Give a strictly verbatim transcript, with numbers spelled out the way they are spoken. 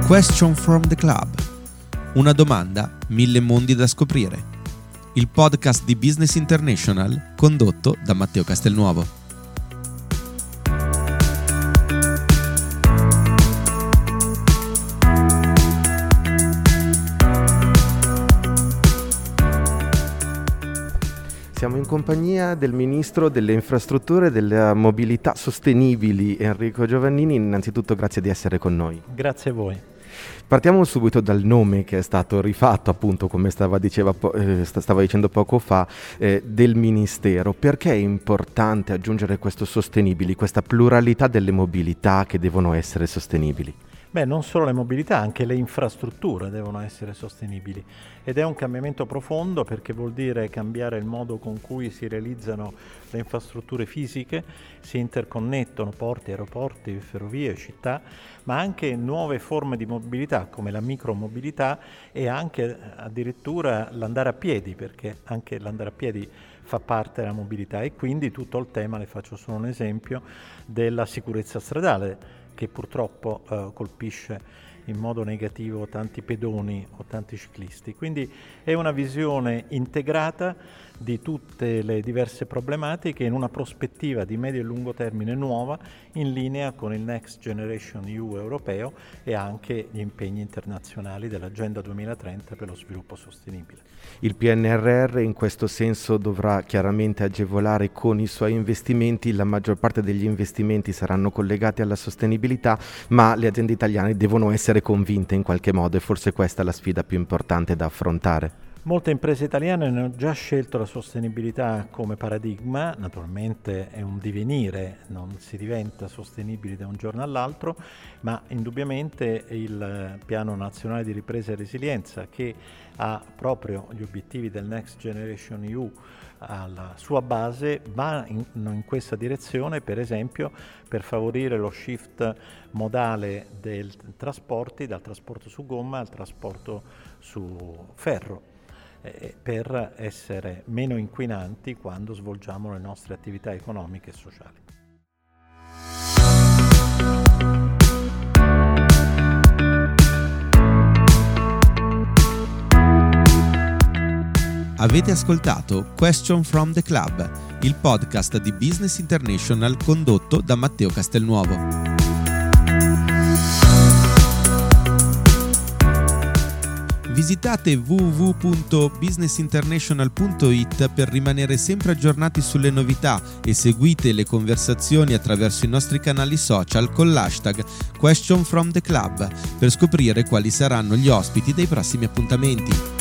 Question from the Club. Una domanda, mille mondi da scoprire. Il podcast di Business International condotto da Matteo Castelnuovo. Siamo in compagnia del Ministro delle Infrastrutture e delle Mobilità Sostenibili, Enrico Giovannini. Innanzitutto grazie di essere con noi. Grazie a voi. Partiamo subito dal nome che è stato rifatto, appunto, come stava, diceva, eh, stava dicendo poco fa, eh, del Ministero. Perché è importante aggiungere questo sostenibili, questa pluralità delle mobilità che devono essere sostenibili? Beh, non solo le mobilità, anche le infrastrutture devono essere sostenibili ed è un cambiamento profondo perché vuol dire cambiare il modo con cui si realizzano le infrastrutture fisiche, si interconnettono porti, aeroporti, ferrovie, città, ma anche nuove forme di mobilità come la micromobilità e anche addirittura l'andare a piedi, perché anche l'andare a piedi fa parte della mobilità e quindi tutto il tema, le faccio solo un esempio, della sicurezza stradale, che purtroppo eh, colpisce in modo negativo tanti pedoni o tanti ciclisti. Quindi è una visione integrata di tutte le diverse problematiche in una prospettiva di medio e lungo termine nuova, in linea con il Next Generation E U europeo e anche gli impegni internazionali dell'Agenda duemilatrenta per lo sviluppo sostenibile. Il P N R R in questo senso dovrà chiaramente agevolare con i suoi investimenti. La maggior parte degli investimenti saranno collegati alla sostenibilità, ma le aziende italiane devono essere convinte in qualche modo e forse questa è la sfida più importante da affrontare. Molte imprese italiane hanno già scelto la sostenibilità come paradigma, naturalmente è un divenire, non si diventa sostenibili da un giorno all'altro, ma indubbiamente il Piano Nazionale di Ripresa e Resilienza, che ha proprio gli obiettivi del Next Generation E U alla sua base, va in, in questa direzione, per esempio per favorire lo shift modale dei trasporti, dal trasporto su gomma al trasporto su ferro, per essere meno inquinanti quando svolgiamo le nostre attività economiche e sociali. Avete ascoltato Question from the Club, il podcast di Business International condotto da Matteo Castelnuovo. Visitate w w w punto business international punto i t per rimanere sempre aggiornati sulle novità e seguite le conversazioni attraverso i nostri canali social con l'hashtag Question from the Club per scoprire quali saranno gli ospiti dei prossimi appuntamenti.